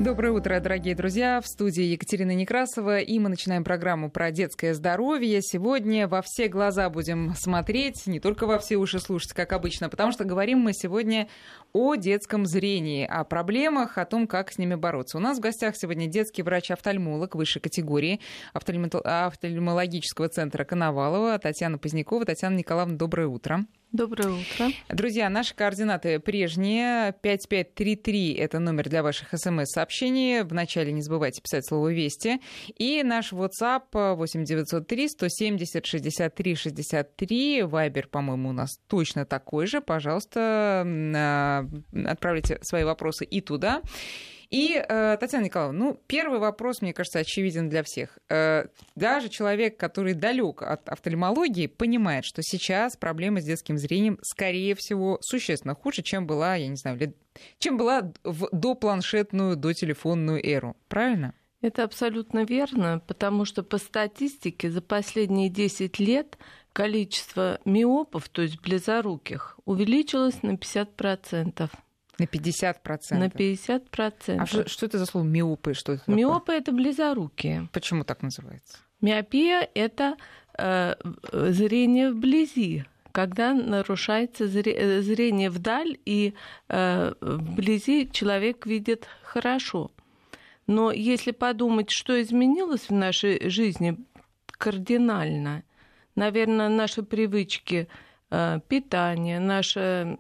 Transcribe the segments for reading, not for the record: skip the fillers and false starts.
Доброе утро, дорогие друзья. В студии Екатерина Некрасова. И мы начинаем программу про детское здоровье. Сегодня во все глаза будем смотреть, не только во все уши слушать, как обычно, потому что говорим мы сегодня о детском зрении, о проблемах, о том, как с ними бороться. У нас в гостях сегодня детский врач-офтальмолог высшей категории офтальмологического центра Коновалова Татьяна Позднякова. Татьяна Николаевна, доброе утро. Доброе утро. Друзья, наши координаты прежние. 5533 – это номер для ваших СМС-сообщений. Вначале не забывайте писать слово «Вести». И наш WhatsApp 8903 170 63 63. Вайбер, по-моему, у нас точно такой же. Пожалуйста, отправляйте свои вопросы и туда. И, Татьяна Николаевна, первый вопрос, мне кажется, очевиден для всех. Даже человек, который далек от офтальмологии, понимает, что сейчас проблема с детским зрением, скорее всего, существенно хуже, чем была, я не знаю, чем была в допланшетную, дотелефонную эру. Правильно? Это абсолютно верно, потому что по статистике за последние 10 лет количество миопов, то есть близоруких, увеличилось на 50%. На 50%? На 50%. А что это за слово миопы? Что это миопы такое? — это близорукие. Почему так называется? Миопия — это зрение вблизи, когда нарушается зрение вдаль, и вблизи человек видит хорошо. Но если подумать, что изменилось в нашей жизни кардинально, наверное, наши привычки, питание, наша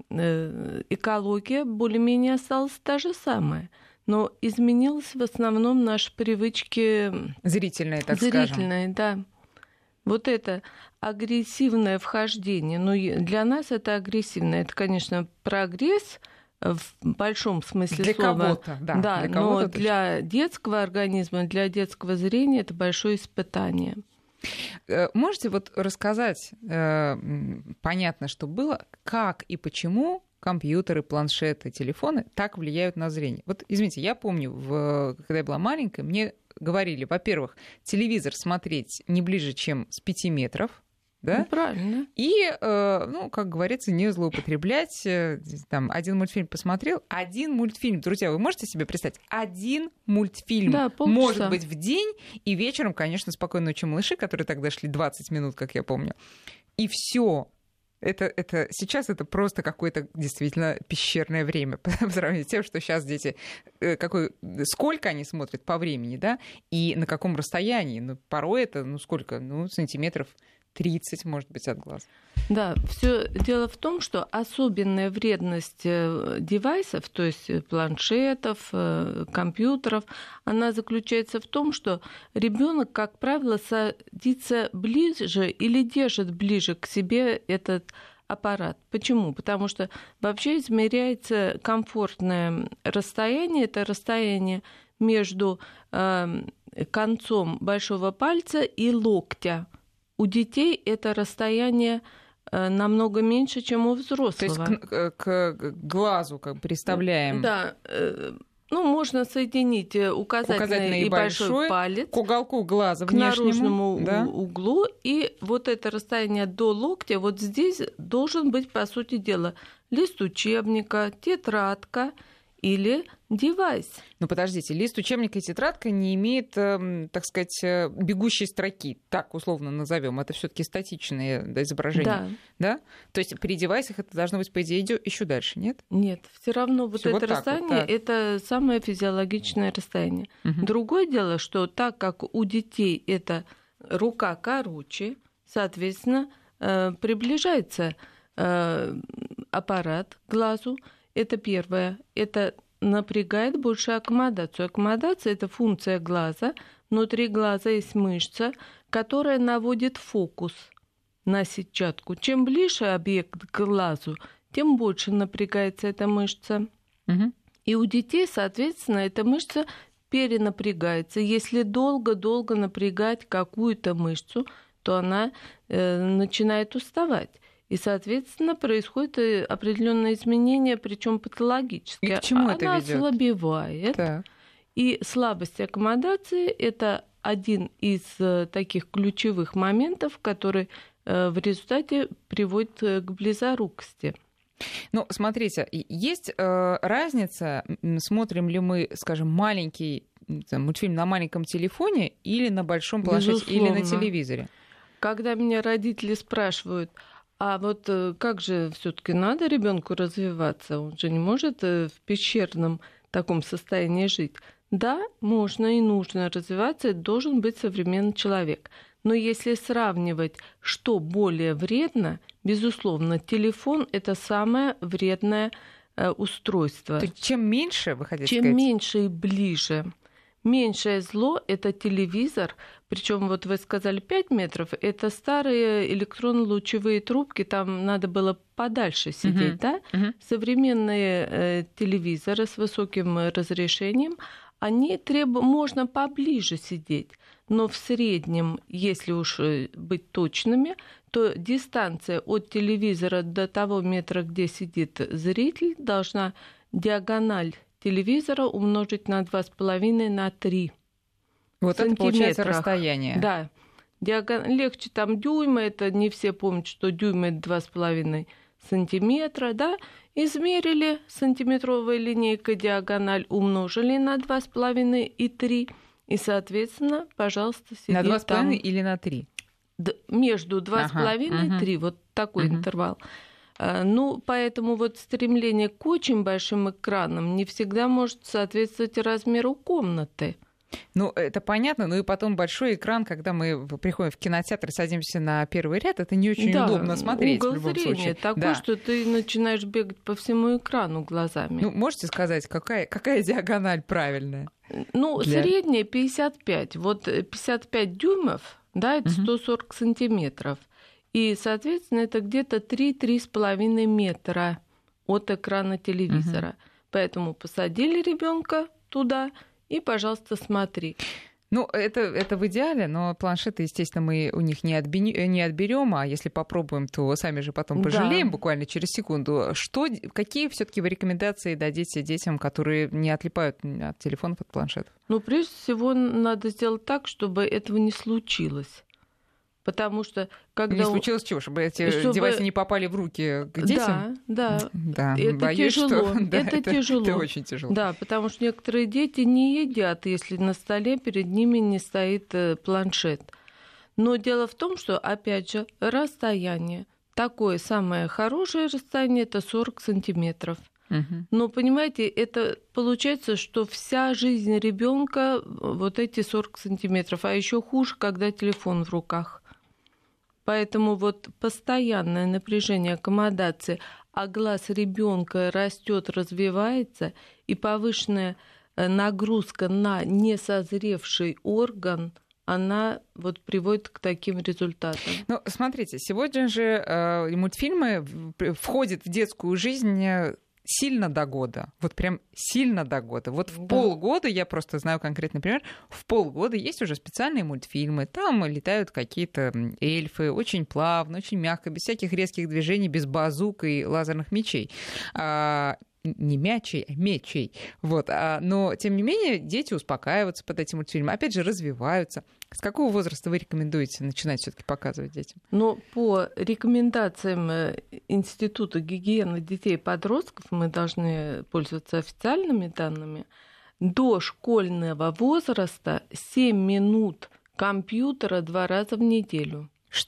экология более-менее осталась та же самая. Но изменилась в основном наши привычки... Зрительные, так скажем. Зрительные, да. Вот это агрессивное вхождение. Но для нас это агрессивное. Это, конечно, прогресс в большом смысле для слова. Кого-то, да. Да, для кого-то но для детского организма, для детского зрения это большое испытание. Можете вот рассказать, понятно, что было, как и почему компьютеры, планшеты, телефоны так влияют на зрение? Вот, извините, я помню, когда я была маленькая, мне говорили, во-первых, телевизор смотреть не ближе, чем с 5 метров, да? Ну, правильно. И, как говорится, не злоупотреблять. Там один мультфильм посмотрел. Один мультфильм, друзья, вы можете себе представить? Один мультфильм, да, может быть, в день. И вечером, конечно, «Спокойной ночи, малыши», которые тогда шли 20 минут, как я помню. И все. Сейчас это просто какое-то действительно пещерное время по сравнению с тем, что сейчас дети, сколько они смотрят по времени, да, и на каком расстоянии. Порой это, сколько, сантиметров 30, может быть, от глаз. Да, все дело в том, что особенная вредность девайсов, то есть планшетов, компьютеров, она заключается в том, что ребенок, как правило, садится ближе или держит ближе к себе этот аппарат. Почему? Потому что вообще измеряется комфортное расстояние. Это расстояние между концом большого пальца и локтя. У детей это расстояние намного меньше, чем у взрослого. То есть к глазу представляем. Да. Можно соединить указательный и большой палец к уголку глаза, к наружному углу. И вот это расстояние до локтя, вот здесь должен быть, по сути дела, лист учебника, тетрадка или девайс. Подождите, лист учебника и тетрадка не имеет, так сказать, бегущей строки, так условно назовем. Это все-таки статичные изображения. Да? То есть при девайсах это должно быть, по идее, еще дальше, нет? Нет, все равно вот это расстояние это самое физиологичное расстояние. Угу. Другое дело, что так как у детей это рука короче, соответственно, приближается аппарат к глазу. Это первое. Это напрягает больше аккомодацию. Аккомодация — это функция глаза. Внутри глаза есть мышца, которая наводит фокус на сетчатку. Чем ближе объект к глазу, тем больше напрягается эта мышца. Угу. И у детей, соответственно, эта мышца перенапрягается. Если долго-долго напрягать какую-то мышцу, то она начинает уставать. И, соответственно, происходит определенное изменение, причем патологическое. И к чему это она ведет? ослабевает. Так. И слабость аккомодации – это один из таких ключевых моментов, который в результате приводит к близорукости. Ну, смотрите, есть разница, смотрим ли мы, скажем, маленький мультфильм на маленьком телефоне или на большом планшете, Безусловно. или на телевизоре? Когда меня родители спрашивают, а вот как же все-таки надо ребенку развиваться? Он же не может в пещерном таком состоянии жить. Да, можно и нужно развиваться, это должен быть современный человек. Но если сравнивать, что более вредно, безусловно, телефон — это самое вредное устройство. То есть чем меньше, вы хотите Чем сказать? меньше и ближе. Меньшее зло — это телевизор. Причем вот вы сказали 5 метров, это старые электронно-лучевые трубки, там надо было подальше сидеть, да? Современные телевизоры с высоким разрешением, они можно поближе сидеть. Но в среднем, если уж быть точными, то дистанция от телевизора до того метра, где сидит зритель, должна диагональ телевизора умножить на 2,5 на 3 Вот это получается расстояние. Да. Легче там дюйма, это не все помнят, что дюйм — это 2,5 сантиметра, да? Измерили сантиметровой линейкой диагональ, умножили на 2,5 и 3, и, соответственно, пожалуйста, сидит на 2,5 там или на 3? Между 2,5 и 3, вот такой интервал. Ну, поэтому вот стремление к очень большим экранам не всегда может соответствовать размеру комнаты. Ну, это понятно, ну и потом большой экран, когда мы приходим в кинотеатр, садимся на первый ряд, это не очень удобно смотреть угол в любом зрения случае. такой, что ты начинаешь бегать по всему экрану глазами. Ну, можете сказать, какая диагональ правильная? Ну, средняя 55. Вот 55 дюймов, да, это 140 сантиметров. И, соответственно, это где-то 3-3,5 метра от экрана телевизора. Поэтому посадили ребенка туда и, пожалуйста, смотри. Ну, это в идеале, но планшеты, естественно, мы у них не отберем, а если попробуем, то сами же потом пожалеем буквально через секунду. Какие все-таки вы рекомендации дадите детям, которые не отлипают от телефонов, от планшетов? Ну, прежде всего, надо сделать так, чтобы этого не случилось. Потому что когда... Не случилось чего? Чтобы эти девайсы не попали в руки к детям? Да. Это Боюсь, тяжело. Что... Это тяжело. Это очень тяжело. Да, потому что некоторые дети не едят, если на столе перед ними не стоит планшет. Но дело в том, что, опять же, расстояние. Такое самое хорошее расстояние — это 40 сантиметров. Но, понимаете, это получается, что вся жизнь ребенка вот эти 40 сантиметров, а еще хуже, когда телефон в руках. Поэтому вот постоянное напряжение, аккомодации, а глаз ребенка растет, развивается, и повышенная нагрузка на несозревший орган, она вот приводит к таким результатам. Ну, смотрите, сегодня же мультфильмы входят в детскую жизнь сильно до года. Вот прям сильно до года. Вот в полгода, я просто знаю конкретный пример, в полгода есть уже специальные мультфильмы. Там летают какие-то эльфы, очень плавно, очень мягко, без всяких резких движений, без базук и лазерных мечей. Не мячей, а мечей. Вот. Но, тем не менее, дети успокаиваются под этим мультфильмом, опять же, развиваются. С какого возраста вы рекомендуете начинать все-таки показывать детям? Ну, по рекомендациям Института гигиены детей и подростков, мы должны пользоваться официальными данными, до школьного возраста 7 минут компьютера 2 раза в неделю.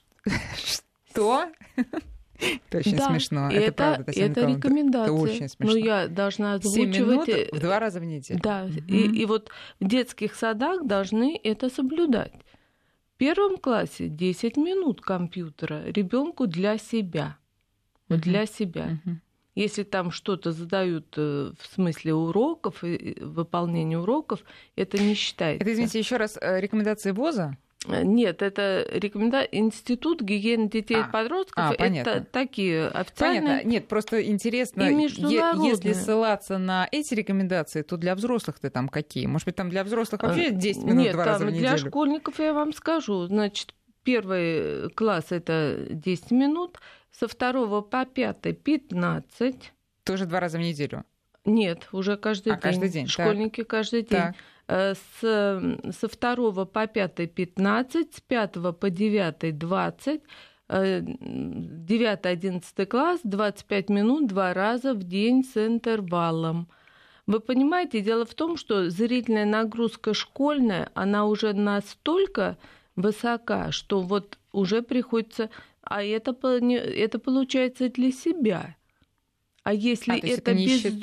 Что? Это очень смешно. Это правда, Татьяна это Николаевна. рекомендация. Это очень смешно. Но я должна озвучивать... 7 минут в 2 раза в неделю. Да, и вот в детских садах должны это соблюдать. В 1 классе 10 минут компьютера ребенку для себя. Вот для себя. Если там что-то задают в смысле уроков, и выполнения уроков, это не считается. Это, извините, еще раз, рекомендации ВОЗа? Нет, это Институт гигиены детей и подростков. Это такие официальные. Понятно. Нет, просто интересно, если ссылаться на эти рекомендации, то для взрослых-то там какие? Может быть, там для взрослых вообще 10 минут 2 раза в неделю? Нет, для школьников я вам скажу. Значит, 1 класс — это 10 минут, со 2 по 5 — 15. Тоже 2 раза в неделю? Нет, уже каждый день. Каждый день. Школьники так. каждый день. Так. Со 2 по 5 — 15, с 5 по 9 — 20, 9-11 класс, 25 минут 2 раза в день с интервалом. Вы понимаете, дело в том, что зрительная нагрузка школьная, она уже настолько высока, что вот уже приходится... А это получается для себя. А если это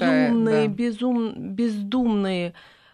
бездумные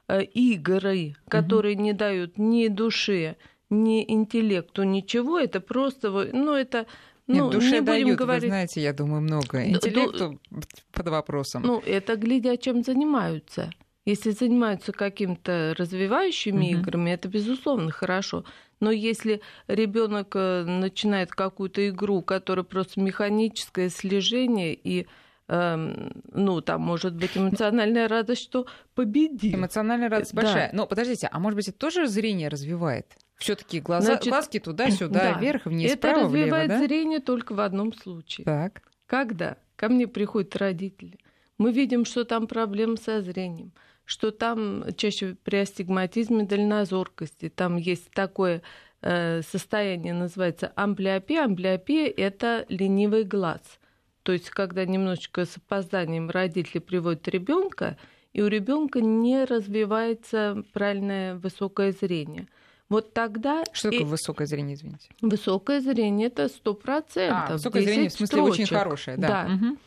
игры, которые не дают ни душе, ни интеллекту, ничего, это просто... это... Нет, душе дают, говорить... вы знаете, я думаю, много. Интеллекту под вопросом. Это глядя, чем занимаются. Если занимаются какими-то развивающими играми, это, безусловно, хорошо. Но если ребенок начинает какую-то игру, которая просто механическое слежение и там может быть эмоциональная радость, что победил. Эмоциональная радость большая. Но подождите, а может быть, это тоже зрение развивает? Все-таки глазки туда-сюда, вверх, вниз, вправо, влево, да? Это развивает зрение только в одном случае. Так. Когда ко мне приходят родители, мы видим, что там проблемы со зрением, что там чаще при астигматизме дальнозоркости, там есть такое состояние, называется амблиопия. Амблиопия – это ленивый глаз. То есть, когда немножечко с опозданием родители приводят ребенка, и у ребенка не развивается правильное высокое зрение. Вот тогда... Что такое высокое зрение, извините? Высокое зрение – это 100%. Высокое зрение, в смысле, строчек. Очень хорошее, да. Угу.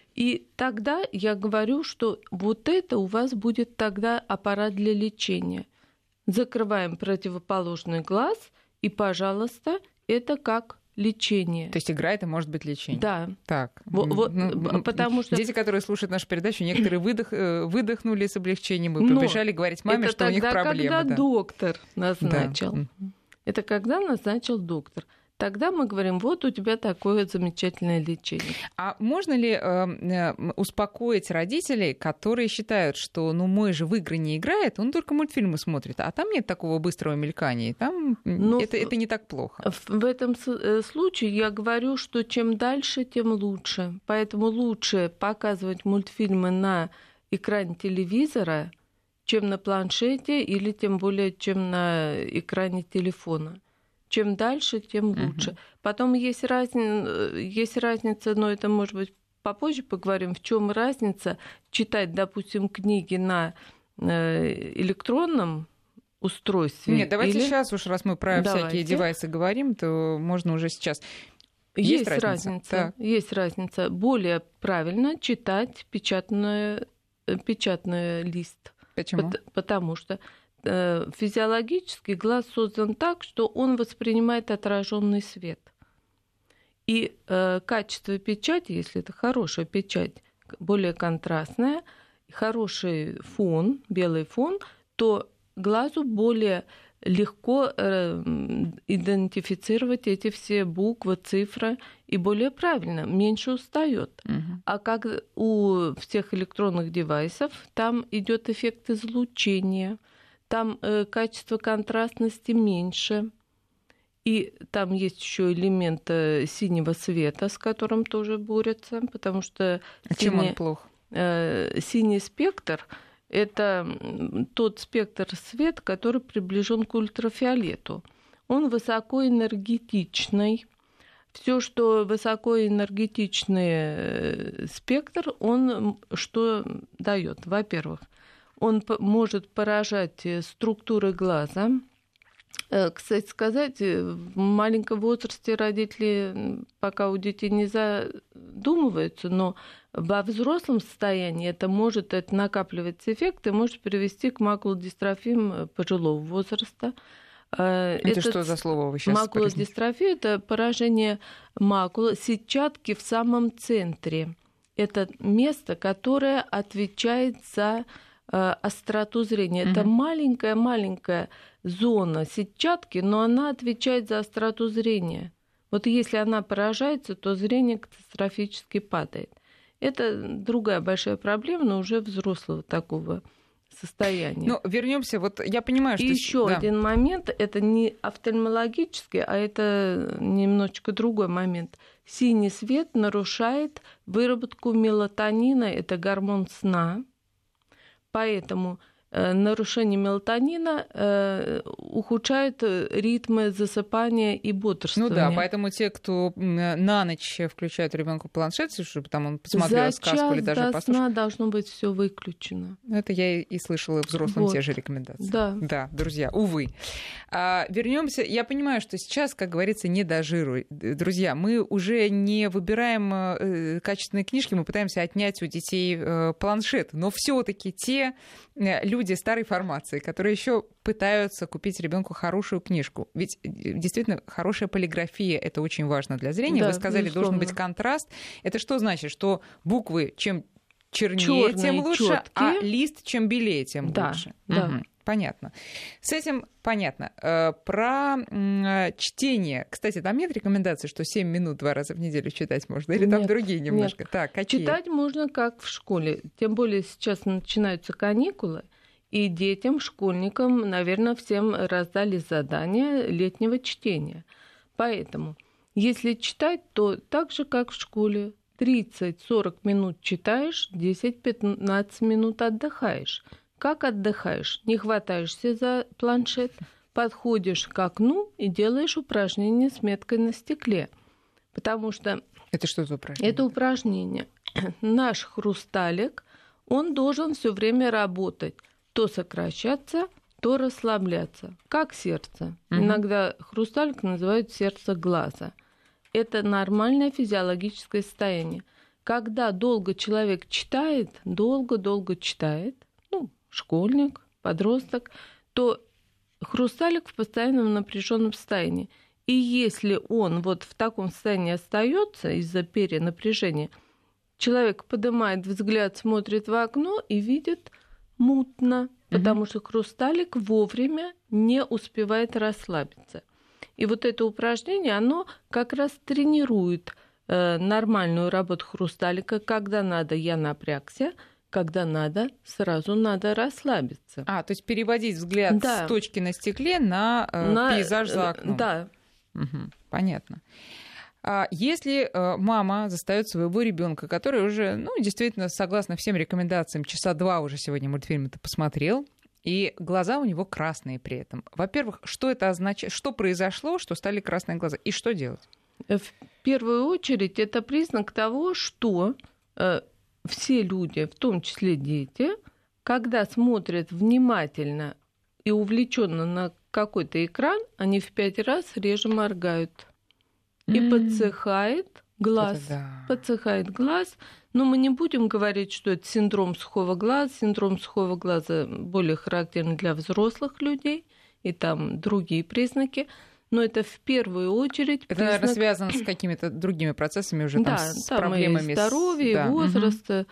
И тогда я говорю, что вот это у вас будет тогда аппарат для лечения. Закрываем противоположный глаз, и, пожалуйста, это как лечение. То есть игра это может быть лечение? Да. Так. Потому что... Дети, которые слушают нашу передачу, некоторые выдохнули с облегчением и побежали говорить маме, что у них проблемы. Это когда доктор назначил. Да. Это когда назначил доктор. Тогда мы говорим, вот у тебя такое замечательное лечение. А можно ли успокоить родителей, которые считают, что мой же в игры не играет, он только мультфильмы смотрит, а там нет такого быстрого мелькания, там это не так плохо? В этом случае я говорю, что чем дальше, тем лучше. Поэтому лучше показывать мультфильмы на экране телевизора, чем на планшете или тем более, чем на экране телефона. Чем дальше, тем лучше. Потом есть разница, но это, может быть, попозже поговорим, в чем разница читать, допустим, книги на электронном устройстве. Нет, давайте сейчас уж, раз мы про всякие девайсы говорим, то можно уже сейчас. Есть разница. Есть разница. Более правильно читать печатный лист. Почему? Потому что физиологически глаз создан так, что он воспринимает отраженный свет. И качество печати, если это хорошая печать, более контрастная, хороший фон, белый фон, то глазу более легко идентифицировать эти все буквы, цифры и более правильно, меньше устает. А как у всех электронных девайсов, там идет эффект излучения, там качество контрастности меньше. И там есть еще элемент синего света, с которым тоже борются, потому что чем он плох? Синий спектр – это тот спектр света, который приближен к ультрафиолету. Он высокоэнергетичный. Все, что высокоэнергетичный спектр, он что дает? Во-первых, он может поражать структуры глаза. Кстати сказать, в маленьком возрасте родители пока у детей не задумываются, но во взрослом состоянии это накапливаться эффект и может привести к макулодистрофии пожилого возраста. Это что за слово вы сейчас используете? Макулодистрофия – это поражение макулы, сетчатки в самом центре. Это место, которое отвечает за остроту зрения. Это маленькая зона сетчатки, но она отвечает за остроту зрения. Вот если она поражается, то зрение катастрофически падает. Это другая большая проблема, но уже взрослого такого состояния. Ну, вернемся. Вот я понимаю, что... И еще один момент, это не офтальмологический, а это немножечко другой момент. Синий свет нарушает выработку мелатонина, это гормон сна. Поэтому нарушение мелатонина ухудшает ритмы засыпания и бодрствования. Ну да, поэтому те, кто на ночь включают ребенку планшет, чтобы там он посмотрел сказку или даже послушал. За час до сна должно быть все выключено. Это я и слышала взрослым те же рекомендации. Да, друзья, увы. Вернемся. Я понимаю, что сейчас, как говорится, не до жиру. Друзья, мы уже не выбираем качественные книжки, мы пытаемся отнять у детей планшет. Но все-таки те люди старой формации, которые еще пытаются купить ребенку хорошую книжку. Ведь действительно хорошая полиграфия — это очень важно для зрения. Да, вы сказали, безусловно, должен быть контраст. Это что значит? Что буквы чем чернее, тем лучше, чёткие, а лист чем белее, тем лучше. Да. Угу. Понятно. С этим понятно. Про чтение. Кстати, там нет рекомендаций, что 7 минут 2 раза в неделю читать можно? Или там другие немножко? Нет. Так, какие? Читать можно как в школе. Тем более сейчас начинаются каникулы, и детям, школьникам, наверное, всем раздали задание летнего чтения. Поэтому, если читать, то так же, как в школе. 30-40 минут читаешь, 10-15 минут отдыхаешь. Как отдыхаешь? Не хватаешься за планшет, подходишь к окну и делаешь упражнение с меткой на стекле. Потому что... Это что за упражнение? Это упражнение. Наш хрусталик, он должен все время работать. То сокращаться, то расслабляться. Как сердце. Иногда хрусталик называют сердце глаза. Это нормальное физиологическое состояние. Когда долго человек читает, долго-долго читает, школьник, подросток, то хрусталик в постоянном напряженном состоянии. И если он вот в таком состоянии остается из-за перенапряжения, человек поднимает взгляд, смотрит в окно и видит мутно, потому что хрусталик вовремя не успевает расслабиться. И вот это упражнение, оно как раз тренирует нормальную работу хрусталика. Когда надо, я напрягся, когда надо, сразу надо расслабиться. То есть переводить взгляд с точки на стекле на пейзаж за окном. Да. Угу, понятно. Если мама застаёт своего ребенка, который уже, действительно, согласно всем рекомендациям, часа 2 уже сегодня мультфильм-то посмотрел, и глаза у него красные при этом. Во-первых, что это означает? Что произошло, что стали красные глаза? И что делать? В первую очередь, это признак того, что все люди, в том числе дети, когда смотрят внимательно и увлеченно на какой-то экран, они в 5 раз реже моргают. И подсыхает глаз. Подсыхает глаз. Но мы не будем говорить, что это синдром сухого глаза. Синдром сухого глаза более характерен для взрослых людей, и там другие признаки. Но это в первую очередь это, наверное, связано с какими-то другими процессами уже, с проблемами. И здоровья, и возраста.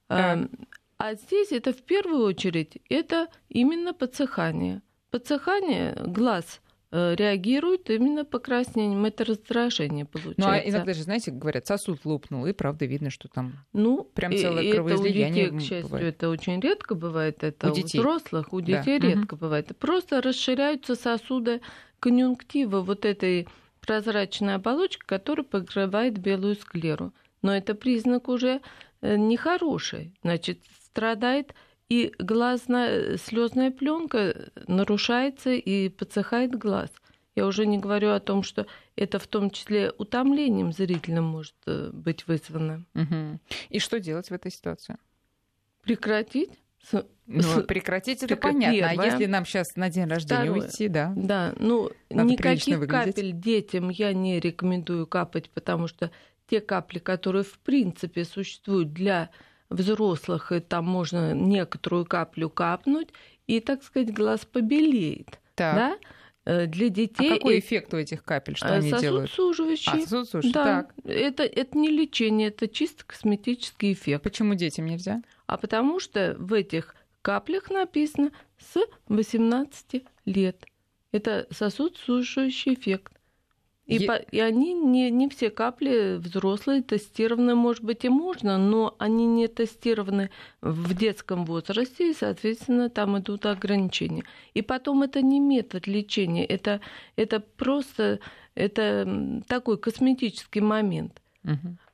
А здесь это в первую очередь это именно подсыхание. Подсыхание глаз реагирует именно покраснением. Это раздражение получается. А иногда же, знаете, говорят, сосуд лопнул, и правда видно, что там прям целое кровоизлияние. Это у детей, к счастью, это очень редко бывает. Это у взрослых, у детей редко бывает. Просто расширяются сосуды конъюнктива вот этой прозрачной оболочки, которая покрывает белую склеру. Но это признак уже нехороший. Значит, страдает и слезная пленка нарушается и подсыхает глаз. Я уже не говорю о том, что это в том числе утомлением зрительным может быть вызвано. И что делать в этой ситуации? Прекратить. Прекратить это понятно. Первое. А если нам сейчас на день рождения уйти, Да, никаких капель детям я не рекомендую капать, потому что те капли, которые в принципе существуют для взрослых, и там можно некоторую каплю капнуть, и, так сказать, глаз побелеет. Да? Для детей... А какой эффект у этих капель, что они делают? Сосудосуживающий. Сосудосуживающий, да. так. Это не лечение, это чисто косметический эффект. Почему детям нельзя? А потому что в этих каплях написано с 18 лет. Это сосудосуживающий эффект. И они не все капли взрослые тестированы, может быть, и можно, но они не тестированы в детском возрасте, и, соответственно, там идут ограничения. И потом это не метод лечения, это просто такой косметический момент.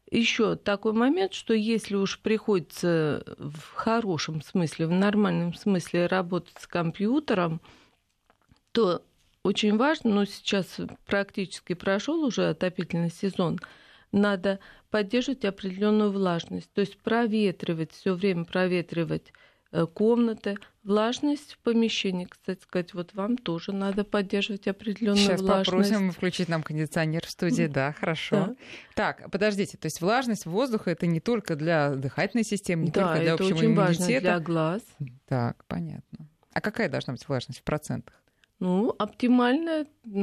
еще такой момент, что если уж приходится в хорошем смысле, в нормальном смысле работать с компьютером, то очень важно, но сейчас практически прошел уже отопительный сезон, надо поддерживать определенную влажность, то есть проветривать, все время проветривать комнаты, влажность в помещении. Кстати сказать, вот вам тоже надо поддерживать определенную Сейчас влажность. Сейчас попросим включить нам кондиционер в студии, да, хорошо. Да. Так, подождите, то есть влажность воздуха это не только для дыхательной системы, не только для общего иммунитета. Да, это очень важно для глаз. Так, понятно. А какая должна быть влажность в процентах? Ну, оптимальная,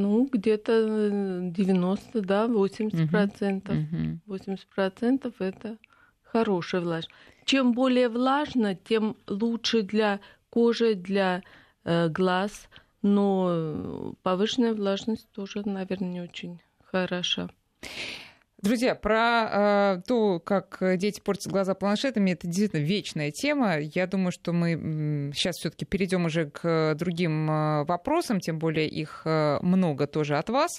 где-то 90, да, 80%. 80% это хорошая влажность. Чем более влажно, тем лучше для кожи, для глаз, но повышенная влажность тоже, наверное, не очень хороша. Друзья, про то, как дети портят глаза планшетами, это действительно вечная тема. Я думаю, что мы сейчас все-таки перейдем уже к другим вопросам, тем более их много тоже от вас.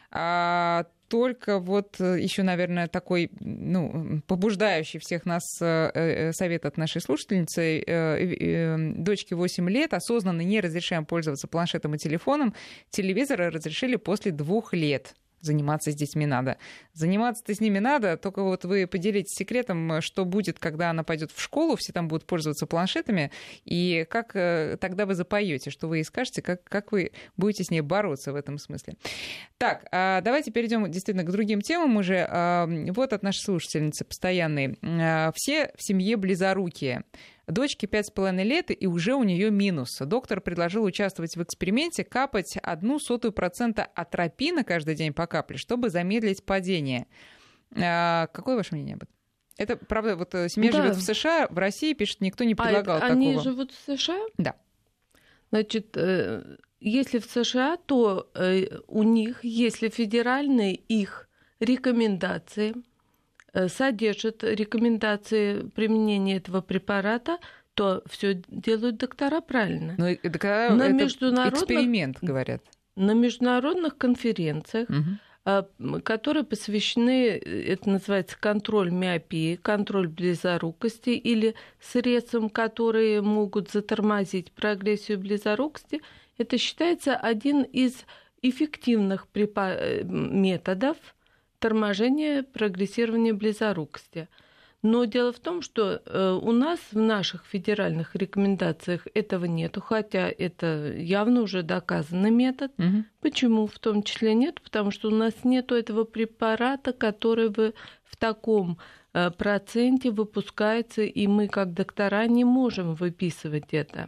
Только вот еще, наверное, такой, побуждающий всех нас совет от нашей слушательницы. Дочке 8 лет, осознанно не разрешаем пользоваться планшетом и телефоном. Телевизора разрешили после 2 лет. Заниматься с детьми надо. Заниматься-то с ними надо, только вот вы поделитесь секретом, что будет, когда она пойдет в школу, все там будут пользоваться планшетами, и как тогда вы запоете, что вы ей скажете, как вы будете с ней бороться в этом смысле. Так, давайте перейдем действительно к другим темам уже. Вот от нашей слушательницы постоянной. Все в семье близорукие. Дочке 5,5 лет, и уже у нее минус. Доктор предложил участвовать в эксперименте, капать 0,01% атропина каждый день по капле, чтобы замедлить падение. Какое ваше мнение об этом? Это, правда, вот семья живет в США, в России, пишет, никто не предлагал такого. Они живут в США? Да. Значит, если в США, то у них, если федеральные их рекомендации содержат рекомендации применения этого препарата, то все делают доктора правильно. Но доктора это эксперимент, говорят. На международных конференциях, которые посвящены, это называется контроль миопии, контроль близорукости или средствам, которые могут затормозить прогрессию близорукости, это считается один из эффективных методов торможение прогрессирования близорукости. Но дело в том, что у нас в наших федеральных рекомендациях этого нету, хотя это явно уже доказанный метод. Почему в том числе нет? Потому что у нас нету этого препарата, который в таком проценте выпускается, и мы как доктора не можем выписывать это.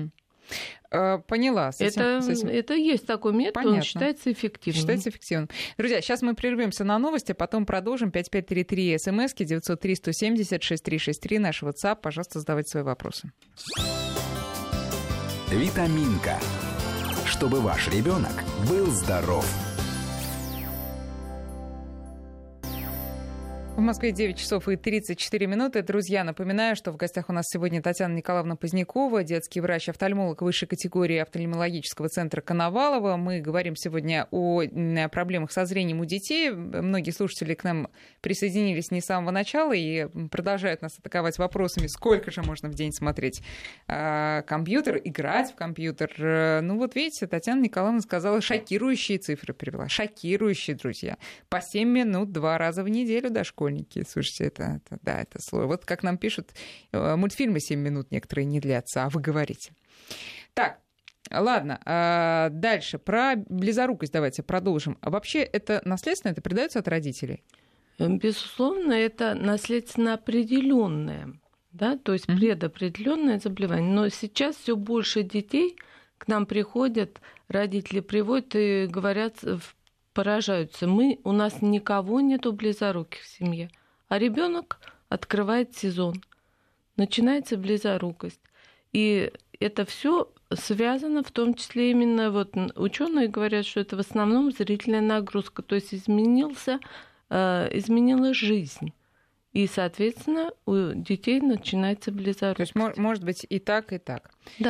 Поняла. Это есть такой метод, понятно. Он считается эффективным. Считается эффективным. Друзья, сейчас мы прервемся на новости, потом продолжим. 5533 СМСки, 903-170-6363, наш WhatsApp. Пожалуйста, задавайте свои вопросы. Витаминка. Чтобы ваш ребенок был здоров. В Москве 9 часов и 34 минуты. Друзья, напоминаю, что в гостях у нас сегодня Татьяна Николаевна Позднякова, детский врач-офтальмолог высшей категории офтальмологического центра Коновалова. Мы говорим сегодня о проблемах со зрением у детей. Многие слушатели к нам присоединились не с самого начала и продолжают нас атаковать вопросами, сколько же можно в день смотреть компьютер, играть в компьютер. Ну вот видите, Татьяна Николаевна сказала, шокирующие цифры привела. Шокирующие, друзья. По 7 минут 2 раза в неделю до школы. Слушайте, это сложно. Вот как нам пишут, мультфильмы 7 минут некоторые не длятся, а вы говорите. Так, ладно, дальше. Про близорукость давайте продолжим. А вообще это наследственно, это передается от родителей? Безусловно, это наследственно определенное, да, то есть предопределенное заболевание. Но сейчас все больше детей к нам приходят, родители приводят и говорят, поражаются. У нас никого нету близоруких в семье. А ребенок открывает сезон. Начинается близорукость. И это все связано, в том числе именно ученые говорят, что это в основном зрительная нагрузка. То есть изменилась жизнь. И, соответственно, у детей начинается близорукость. То есть может быть и так, и так. Да.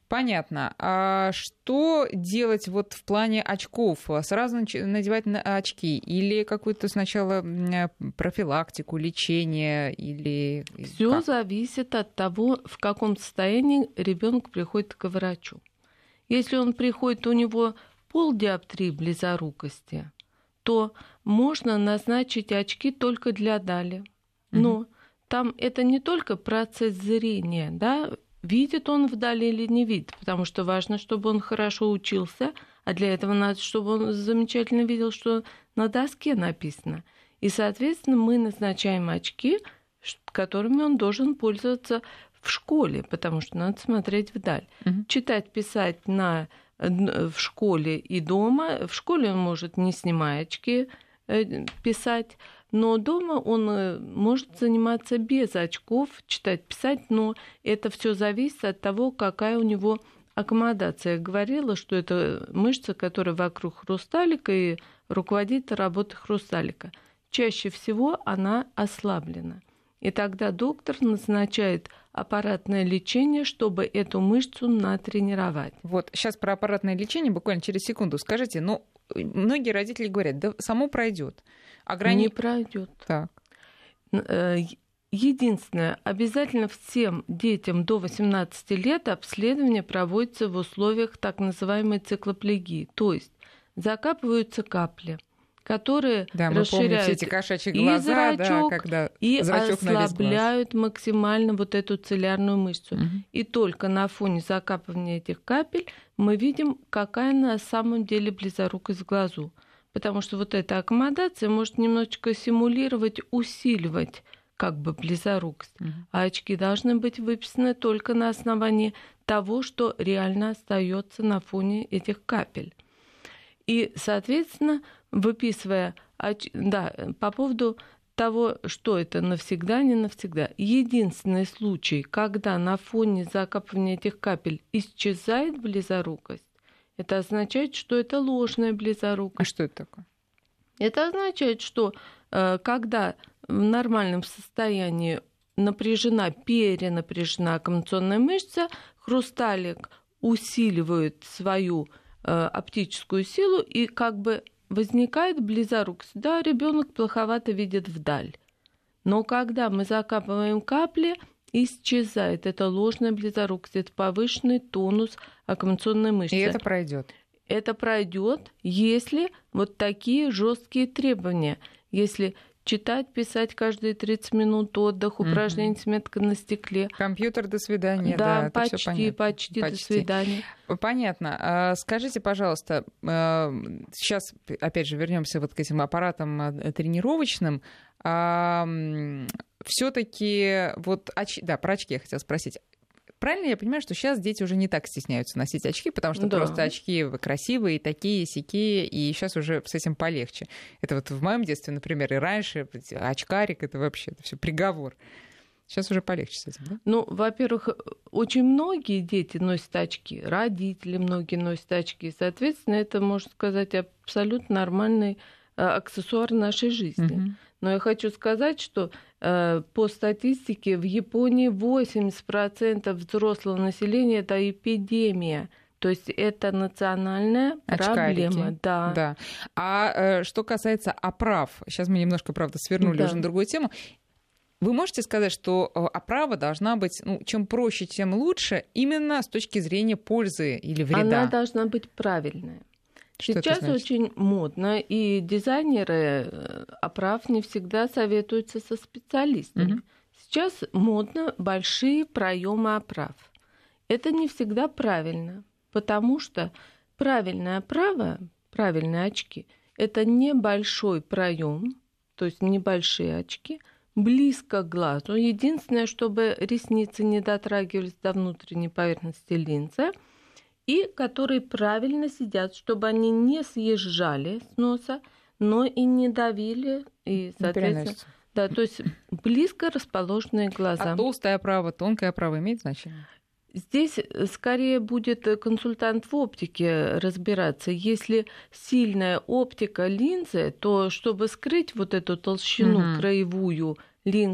Понятно. А что делать вот в плане очков? Сразу надевать очки или какую-то сначала профилактику, лечение или Все зависит от того, в каком состоянии ребенок приходит к врачу. Если он приходит, у него полдиоптрии близорукости, то можно назначить очки только для дали. Но там это не только процесс зрения, да, видит он вдали или не видит, потому что важно, чтобы он хорошо учился, а для этого надо, чтобы он замечательно видел, что на доске написано. И, соответственно, мы назначаем очки, которыми он должен пользоваться в школе, потому что надо смотреть вдаль. Читать, писать в школе и дома. В школе он может, не снимая очки, писать, но дома он может заниматься без очков, читать, писать, но это все зависит от того, какая у него аккомодация. Я говорила, что это мышца, которая вокруг хрусталика и руководит работой хрусталика. Чаще всего она ослаблена. И тогда доктор назначает аппаратное лечение, чтобы эту мышцу натренировать. Вот сейчас про аппаратное лечение буквально через секунду. Скажите, многие родители говорят, да само пройдет. Не пройдет. Так. Единственное, обязательно всем детям до 18 лет обследование проводится в условиях так называемой циклоплегии. То есть закапываются капли, которые расширяют все эти кошачьи глаза, и зрачок, когда и зрачок ослабляют максимально вот эту цилиарную мышцу. И только на фоне закапывания этих капель мы видим, какая на самом деле близорукость в глазу. Потому что вот эта аккомодация может немножечко симулировать, усиливать как бы близорукость. А очки должны быть выписаны только на основании того, что реально остается на фоне этих капель. И, соответственно, выписывая по поводу того, что это навсегда, не навсегда. Единственный случай, когда на фоне закапывания этих капель исчезает близорукость, это означает, что это ложная близорукость. А что это такое? Это означает, что когда в нормальном состоянии перенапряжена аккумуляционная мышца, хрусталик усиливает свою оптическую силу, и как бы возникает близорукость. Да, ребенок плоховато видит вдаль. Но когда мы закапываем капли, исчезает эта ложная близорукость, это повышенный тонус аккумуляционной мышцы. И это пройдет. Это пройдет, если вот такие жесткие требования. Если читать, писать каждые 30 минут, отдых, упражнения с меткой на стекле. Компьютер, до свидания. Да, почти до свидания. Понятно. Скажите, пожалуйста, сейчас, опять же, вернемся вот к этим аппаратам тренировочным. Все-таки вот про очки я хотела спросить. Правильно я понимаю, что сейчас дети уже не так стесняются носить очки, потому что просто очки красивые, такие, сякие, и сейчас уже с этим полегче. Это вот в моем детстве, например, и раньше очкарик, это вообще все приговор. Сейчас уже полегче с этим, да? Ну, во-первых, очень многие дети носят очки, родители многие носят очки, соответственно, это, можно сказать, абсолютно нормальный аксессуар нашей жизни. Но я хочу сказать, что по статистике в Японии 80% взрослого населения – это эпидемия. То есть это национальная проблема. Да. А что касается оправ, сейчас мы немножко, правда, свернули уже на другую тему. Вы можете сказать, что оправа должна быть, чем проще, тем лучше, именно с точки зрения пользы или вреда? Она должна быть правильная. Сейчас очень модно, и дизайнеры оправ не всегда советуются со специалистами. Сейчас модно большие проемы оправ. Это не всегда правильно, потому что правильная оправа, правильные очки, это небольшой проем, то есть небольшие очки, близко к глазу. Единственное, чтобы ресницы не дотрагивались до внутренней поверхности линзы, и которые правильно сидят, чтобы они не съезжали с носа, но и не давили, и, соответственно, то есть близко расположенные глаза. А толстая оправа, тонкая оправа имеет значение? Здесь скорее будет консультант в оптике разбираться. Если сильная оптика линзы, то чтобы скрыть вот эту толщину краевую линзы,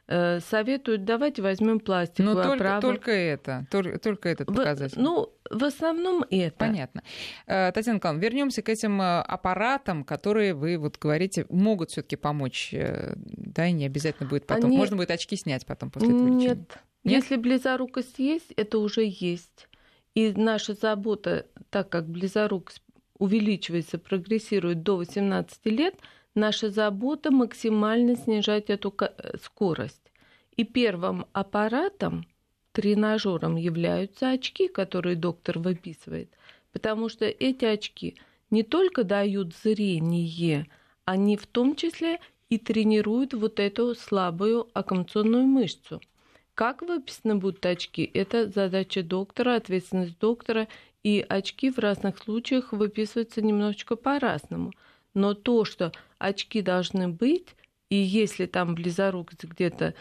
советуют, давайте возьмем пластиковую оправу. Только этот показатель. В основном это. Понятно. Татьяна Николаевна, вернемся к этим аппаратам, которые, вы вот говорите, могут все-таки помочь, да, и не обязательно будет потом. Можно будет очки снять потом после этого лечения. Нет. Если близорукость есть, это уже есть. И наша забота, так как близорукость увеличивается, прогрессирует до 18 лет, наша забота максимально снижать эту скорость. И первым аппаратом, тренажером являются очки, которые доктор выписывает. Потому что эти очки не только дают зрение, они в том числе и тренируют вот эту слабую аккумуляционную мышцу. Как выписаны будут очки, это задача доктора, ответственность доктора, и очки в разных случаях выписываются немножечко по-разному. Но то, что очки должны быть, и если там близорукость где-то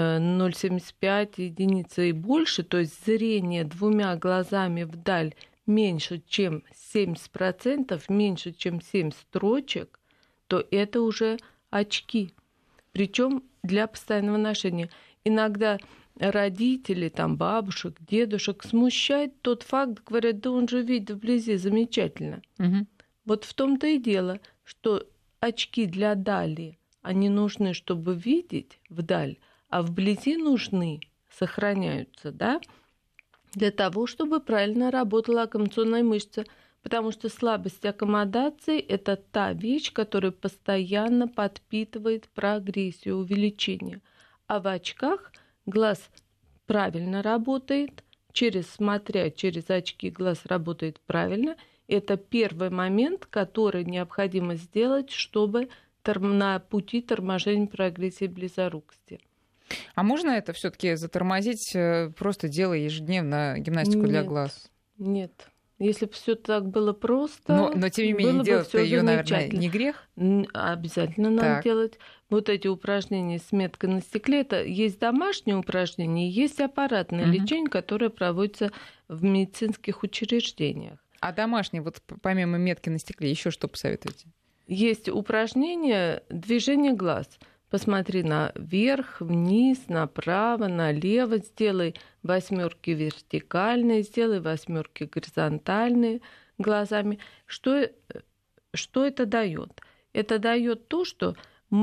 0,75 единицы и больше, то есть зрение двумя глазами вдаль меньше, чем 70%, меньше, чем 7 строчек, то это уже очки. Причем для постоянного ношения. Иногда родители, там, бабушек, дедушек смущает тот факт, говорят, да он же видит вблизи замечательно. Угу. Вот в том-то и дело, что очки для дали, они нужны, чтобы видеть вдаль, а вблизи нужны, сохраняются, да, для того, чтобы правильно работала аккумуляционная мышца. Потому что слабость аккомодации – это та вещь, которая постоянно подпитывает прогрессию, увеличение. А в очках глаз правильно работает, смотря через очки глаз работает правильно. Это первый момент, который необходимо сделать, чтобы на пути торможения прогрессии близорукости. А можно это все-таки затормозить, просто делая ежедневно гимнастику для глаз? Нет. Если бы все так было просто, но тем не менее, делать ее, наверное, не грех? Обязательно надо делать. Вот эти упражнения с меткой на стекле, это есть домашние упражнения, есть аппаратное лечение, которое проводится в медицинских учреждениях. А домашние, вот помимо метки на стекле, еще что посоветуете? Есть упражнение движение глаз. Посмотри наверх, вниз, направо, налево, сделай 8 вертикальные, сделай 8 горизонтальные глазами. Что это дает? Это дает то, что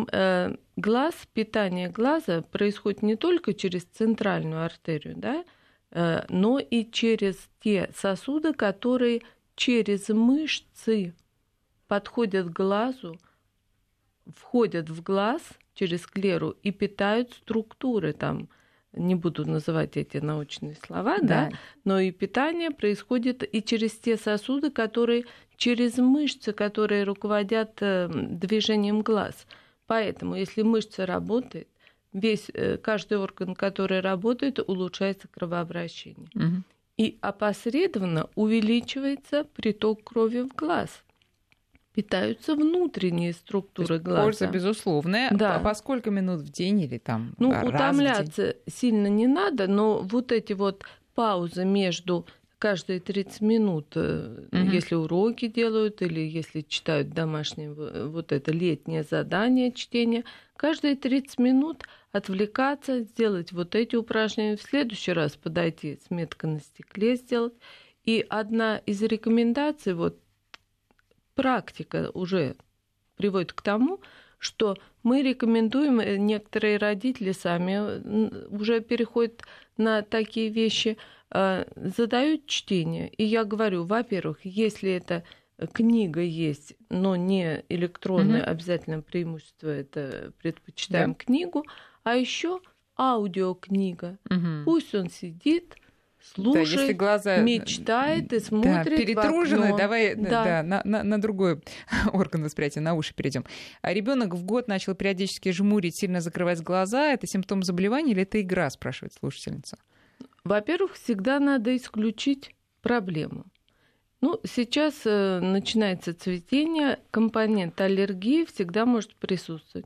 питание глаза происходит не только через центральную артерию, да, но и через те сосуды, которые через мышцы подходят к глазу, входят в глаз через склеру и питают структуры там. Не буду называть эти научные слова, да, но и питание происходит и через те сосуды, которые через мышцы, которые руководят движением глаз. Поэтому, если мышца работает, каждый орган, который работает, улучшается кровообращение. Угу. И опосредованно увеличивается приток крови в глаз. Питаются внутренние структуры глаза. Польза безусловная. Да. А по сколько минут в день или там раз утомляться в день? Сильно не надо, но вот эти вот паузы между каждые 30 минут, если уроки делают или если читают домашнее вот это летнее задание чтения, каждые 30 минут отвлекаться, сделать вот эти упражнения, в следующий раз подойти с меткой на стекле сделать. И одна из рекомендаций, вот практика уже приводит к тому, что мы рекомендуем, некоторые родители сами уже переходят на такие вещи, задают чтение. И я говорю, во-первых, если это книга есть, но не электронное, обязательно преимущество это предпочитаем книгу, а еще аудиокнига. Пусть он сидит, слушает, если глаза мечтает и смотрит перетружены, в окно. давай на другой орган восприятия, на уши перейдем. А ребенок в год начал периодически жмурить, сильно закрывать глаза. Это симптом заболевания или это игра, спрашивает слушательница? Во-первых, всегда надо исключить проблему. Сейчас начинается цветение, компонент аллергии всегда может присутствовать.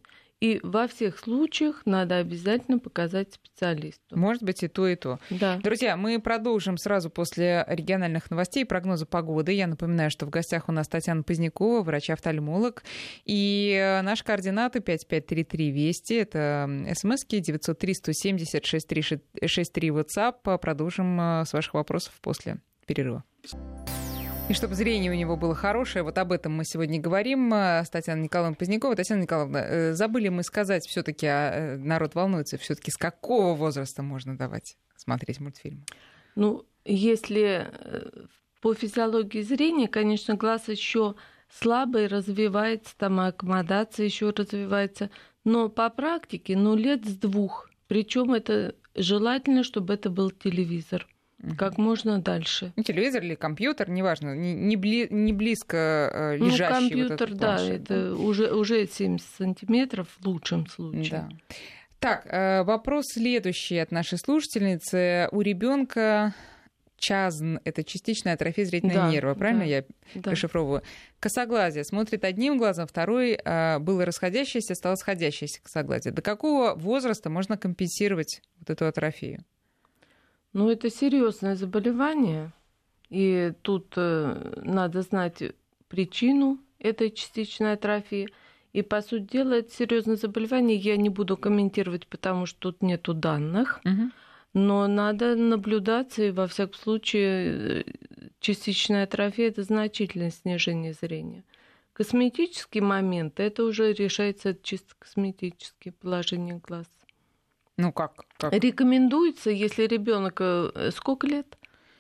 И во всех случаях надо обязательно показать специалисту. Может быть, и то, и то. Да. Друзья, мы продолжим сразу после региональных новостей и прогноза погоды. Я напоминаю, что в гостях у нас Татьяна Позднякова, врач-офтальмолог. И наши координаты 5533 Вести. Это смски 903-170-6363 WhatsApp. Продолжим с ваших вопросов после перерыва. И чтобы зрение у него было хорошее, вот об этом мы сегодня говорим с Татьяной Николаевной Поздняковой. Татьяна Николаевна, забыли мы сказать, все-таки народ волнуется, все-таки с какого возраста можно давать смотреть мультфильмы? Ну, если по физиологии зрения, конечно, глаз еще слабый развивается, там аккомодация еще развивается, но по практике, лет с 2. Причем это желательно, чтобы это был телевизор. Как можно дальше. Телевизор или компьютер, неважно, не близко лежащий компьютер, вот этот планшет. Да, это уже 70 сантиметров в лучшем случае. Да. Так, вопрос следующий от нашей слушательницы. У ребенка ЧАЗН, это частичная атрофия зрительного нерва, правильно я расшифровываю? Косоглазие. Смотрит одним глазом, второй было расходящееся, стало сходящееся косоглазие. До какого возраста можно компенсировать вот эту атрофию? Это серьезное заболевание, и тут надо знать причину этой частичной атрофии. И, по сути дела, это серьезное заболевание. Я не буду комментировать, потому что тут нету данных, но надо наблюдаться, и, во всяком случае, частичная атрофия – это значительное снижение зрения. Косметический момент – это уже решается чисто косметически, положение глаз. Как? Рекомендуется, если ребенок сколько лет?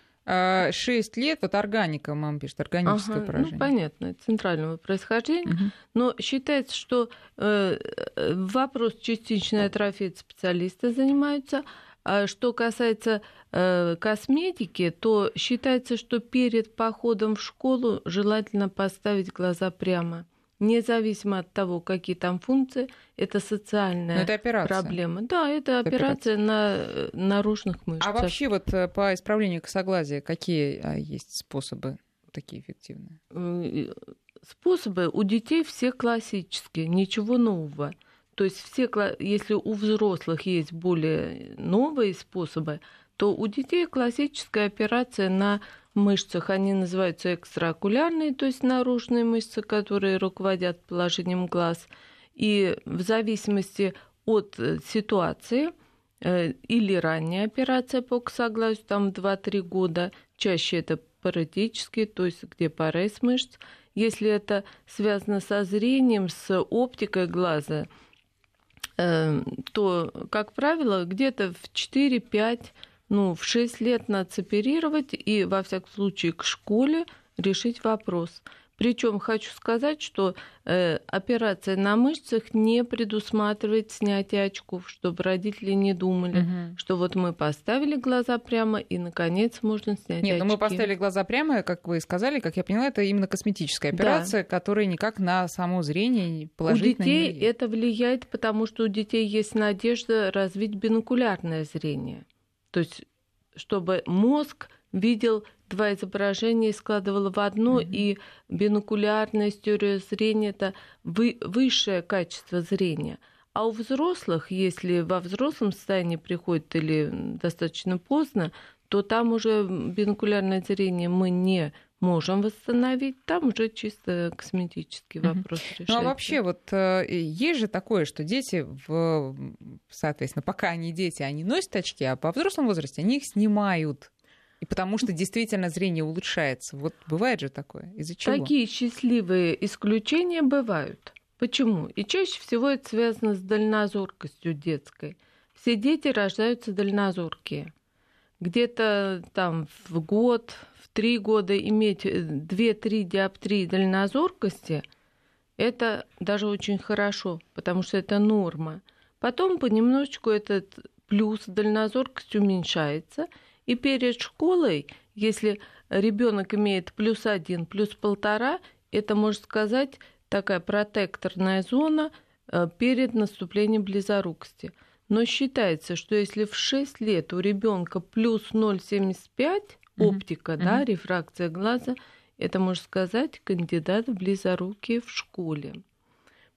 6 лет. Вот органика, мама пишет, органическое поражение. Понятно, центрального происхождения. Но считается, что вопрос частичной атрофии специалисты занимаются. А что касается косметики, то считается, что перед походом в школу желательно поставить глаза прямо. Независимо от того, какие там функции, это социальная проблема. Да, это операция на наружных мышцах. А вообще вот по исправлению косоглазия какие есть способы такие эффективные? Способы у детей все классические, ничего нового. То есть если у взрослых есть более новые способы, то у детей классическая операция на мышцах, они называются экстраокулярные, то есть наружные мышцы, которые руководят положением глаз. И в зависимости от ситуации или ранняя операция по косоглазию, там 2-3 года, чаще это паротические, то есть где парез мышц. Если это связано со зрением, с оптикой глаза, то, как правило, где-то в 4-5 в 6 лет надо оперировать и, во всяком случае, к школе решить вопрос. Причем хочу сказать, что операция на мышцах не предусматривает снятие очков, чтобы родители не думали, что вот мы поставили глаза прямо и, наконец, можно снять очки. Нет, мы поставили глаза прямо, как вы сказали, как я поняла, это именно косметическая операция, которая никак на само зрение положительно не влияет. У детей это влияет, потому что у детей есть надежда развить бинокулярное зрение. То есть, чтобы мозг видел 2 изображения и складывал в одно, и бинокулярная теория зрения – это высшее качество зрения. А у взрослых, если во взрослом состоянии приходит или достаточно поздно, то там уже бинокулярное зрение мы не можем восстановить, там уже чисто косметический вопрос решается. А вообще вот есть же такое, что дети, соответственно, пока они дети, они носят очки, а по взрослом возрасте они их снимают. И потому что действительно зрение улучшается. Вот бывает же такое. Из-за чего? Такие счастливые исключения бывают. Почему? И чаще всего это связано с дальнозоркостью детской. Все дети рождаются дальнозоркие. Где-то там в год, в 3 года иметь 2-3 диоптрии дальнозоркости – это даже очень хорошо, потому что это норма. Потом понемножечку этот плюс дальнозоркость уменьшается, и перед школой, если ребенок имеет +1, +1,5, это, можно сказать, такая протекторная зона перед наступлением близорукости. Но считается, что если в 6 лет у ребенка плюс 0,75 оптика, да, рефракция глаза, это, можно сказать, кандидат в близорукие в школе.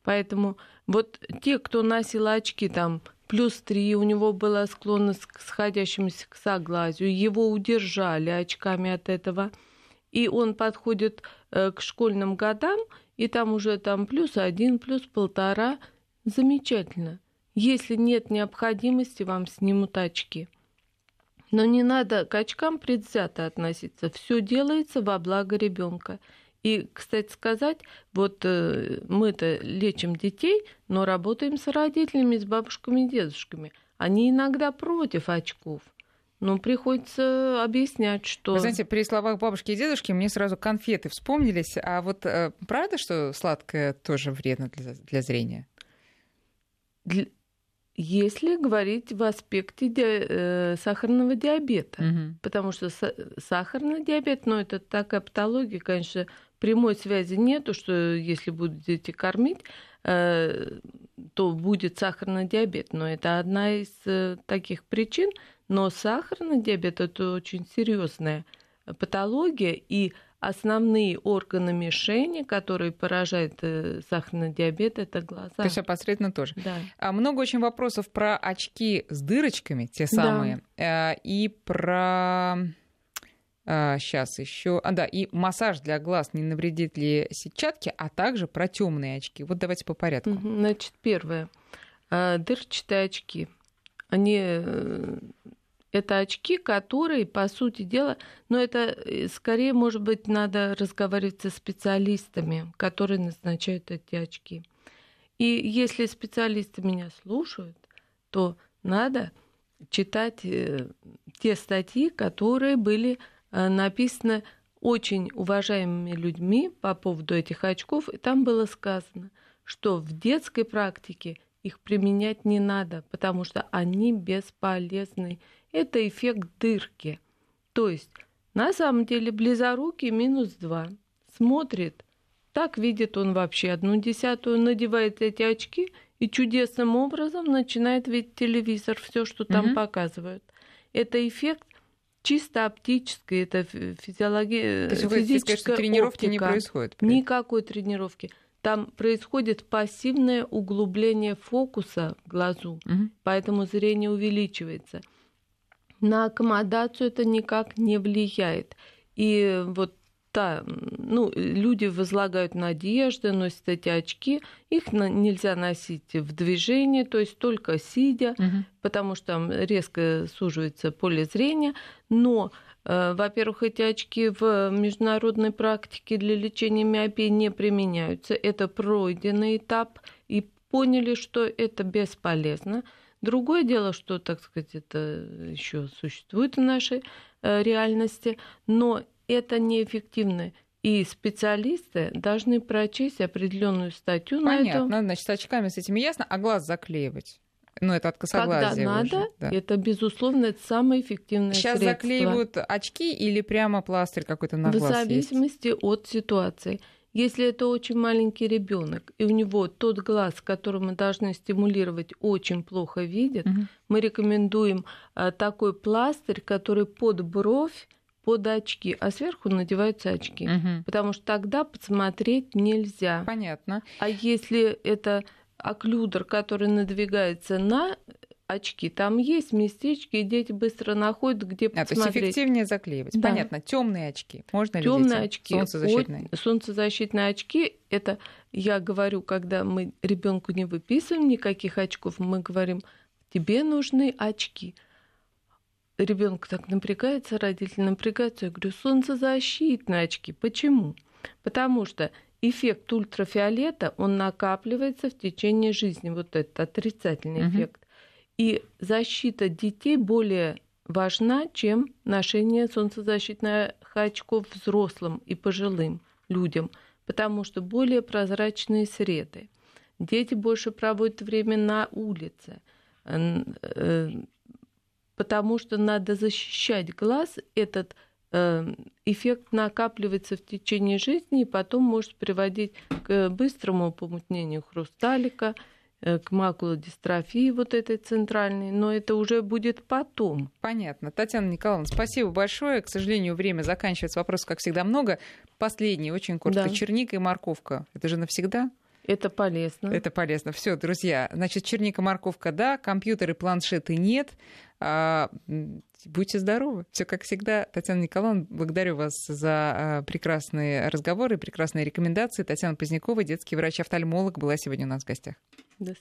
Поэтому вот те, кто носил очки там +3, у него была склонность к сходящемуся к согласию, его удержали очками от этого, и он подходит к школьным годам, и там уже там +1, +1,5, замечательно. Если нет необходимости, вам снимут очки. Но не надо к очкам предвзято относиться. Все делается во благо ребенка. И, кстати сказать, вот мы-то лечим детей, но работаем с родителями, с бабушками и дедушками. Они иногда против очков. Но приходится объяснять, что... Вы знаете, при словах бабушки и дедушки мне сразу конфеты вспомнились. А вот правда, что сладкое тоже вредно для зрения? Если говорить в аспекте сахарного диабета. Потому что сахарный диабет, ну, это такая патология, конечно, прямой связи нету, что если будете кормить, то будет сахарный диабет. Но это одна из таких причин. Но сахарный диабет – это очень серьезная патология, и основные органы мишени, которые поражают сахарный диабет, это глаза. То есть опосредованно тоже. Да. Много очень вопросов про очки с дырочками, те самые, и про... Сейчас еще. И массаж для глаз, не навредит ли сетчатке, а также про темные очки. Вот давайте по порядку. Значит, первое. Дырчатые очки. Они... Это очки, которые, по сути дела, но это скорее, может быть, надо разговаривать со специалистами, которые назначают эти очки. И если специалисты меня слушают, то надо читать те статьи, которые были написаны очень уважаемыми людьми по поводу этих очков. И там было сказано, что в детской практике их применять не надо, потому что они бесполезны. Это эффект дырки. То есть, на самом деле, близорукий -2. Смотрит, так видит он вообще 1/10, надевает эти очки и чудесным образом начинает видеть телевизор, все, что там показывают. Это эффект чисто оптический, это физическая что тренировки оптика. Не происходит? Никакой тренировки. Там происходит пассивное углубление фокуса в глазу, поэтому зрение увеличивается. На аккомодацию это никак не влияет. И вот люди возлагают надежды, носят эти очки. Их нельзя носить в движении, то есть только сидя, потому что там резко суживается поле зрения. Но, во-первых, эти очки в международной практике для лечения миопии не применяются. Это пройденный этап, и поняли, что это бесполезно. Другое дело, что, так сказать, это еще существует в нашей реальности, но это неэффективно. И специалисты должны прочесть определенную статью на это. Понятно, значит, с очками с этими ясно, а глаз заклеивать? Это от косоглазия. Когда уже, надо, это, безусловно, это самое эффективное средство. Сейчас заклеивают очки или прямо пластырь какой-то на глаз в зависимости от ситуации. Если это очень маленький ребенок, и у него тот глаз, который мы должны стимулировать, очень плохо видит, мы рекомендуем такой пластырь, который под бровь, под очки, а сверху надеваются очки. Потому что тогда посмотреть нельзя. Понятно. А если это окклюдер, который надвигается на очки, там есть местечки, и дети быстро находят, где посмотреть. То есть эффективнее заклеивать. Да. Понятно. Темные очки. Можно ли Темные очки. Солнцезащитные? Солнцезащитные очки, это я говорю, когда мы ребенку не выписываем никаких очков, мы говорим, тебе нужны очки. Ребенок так напрягается, родители напрягаются. Я говорю, солнцезащитные очки. Почему? Потому что эффект ультрафиолета, он накапливается в течение жизни. Вот этот отрицательный эффект. И защита детей более важна, чем ношение солнцезащитных очков взрослым и пожилым людям, потому что более прозрачные среды. Дети больше проводят время на улице, потому что надо защищать глаз. Этот эффект накапливается в течение жизни и потом может приводить к быстрому помутнению хрусталика, к макулодистрофии вот этой центральной, но это уже будет потом. Понятно. Татьяна Николаевна, спасибо большое. К сожалению, время заканчивается. Вопросов, как всегда, много. Последний, очень коротко. Да. Черника и морковка. Это же навсегда? Это полезно. Это полезно. Все, друзья. Значит, черника, морковка, да, компьютеры, планшеты нет. Будьте здоровы. Все как всегда. Татьяна Николаевна, благодарю вас за прекрасные разговоры, прекрасные рекомендации. Татьяна Позднякова, детский врач-офтальмолог, была сегодня у нас в гостях. До свидания.